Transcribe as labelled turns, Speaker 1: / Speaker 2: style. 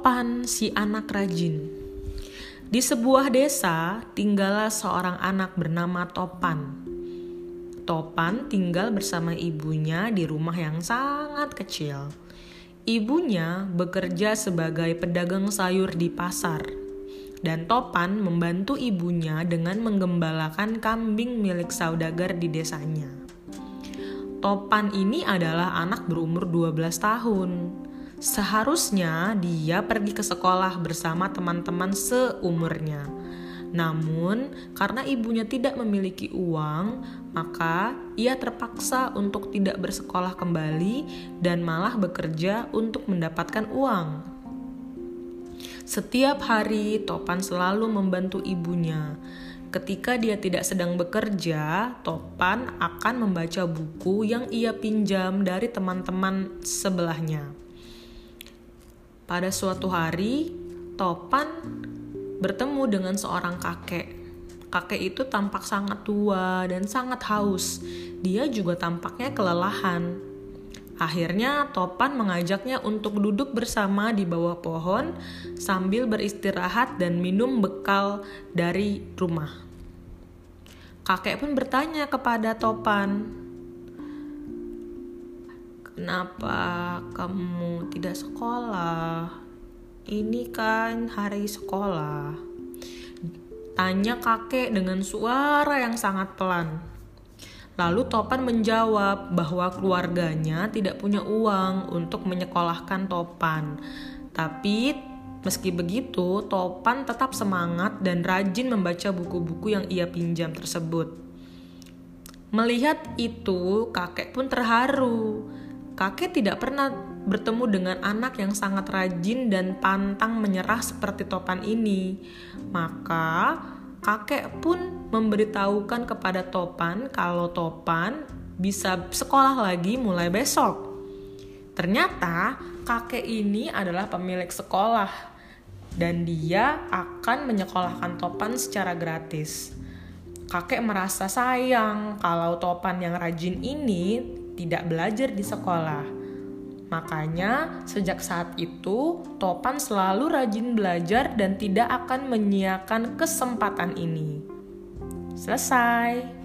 Speaker 1: Topan, si anak rajin. Di sebuah desa tinggallah seorang anak bernama Topan. Topan tinggal bersama ibunya di rumah yang sangat kecil. Ibunya bekerja sebagai pedagang sayur di pasar, dan Topan membantu ibunya dengan menggembalakan kambing milik saudagar di desanya. Topan ini adalah anak berumur 12 tahun. Seharusnya dia pergi ke sekolah bersama teman-teman seumurnya. Namun, karena ibunya tidak memiliki uang, maka ia terpaksa untuk tidak bersekolah kembali dan malah bekerja untuk mendapatkan uang. Setiap hari, Topan selalu membantu ibunya. Ketika dia tidak sedang bekerja, Topan akan membaca buku yang ia pinjam dari teman-teman sebelahnya. Pada suatu hari, Topan bertemu dengan seorang kakek. Kakek itu tampak sangat tua dan sangat haus. Dia juga tampaknya kelelahan. Akhirnya Topan mengajaknya untuk duduk bersama di bawah pohon sambil beristirahat dan minum bekal dari rumah. Kakek pun bertanya kepada Topan, "Kenapa kamu tidak sekolah? Ini kan hari sekolah," tanya kakek dengan suara yang sangat pelan. Lalu Topan menjawab bahwa keluarganya tidak punya uang untuk menyekolahkan Topan. Tapi meski begitu, Topan tetap semangat dan rajin membaca buku-buku yang ia pinjam tersebut. Melihat itu, kakek pun terharu. Kakek tidak pernah bertemu dengan anak yang sangat rajin dan pantang menyerah seperti Topan ini. Maka kakek pun memberitahukan kepada Topan kalau Topan bisa sekolah lagi mulai besok. Ternyata kakek ini adalah pemilik sekolah dan dia akan menyekolahkan Topan secara gratis. Kakek merasa sayang kalau Topan yang rajin ini tidak belajar di sekolah. Makanya sejak saat itu Topan selalu rajin belajar dan tidak akan menyia-nyiakan kesempatan ini. Selesai.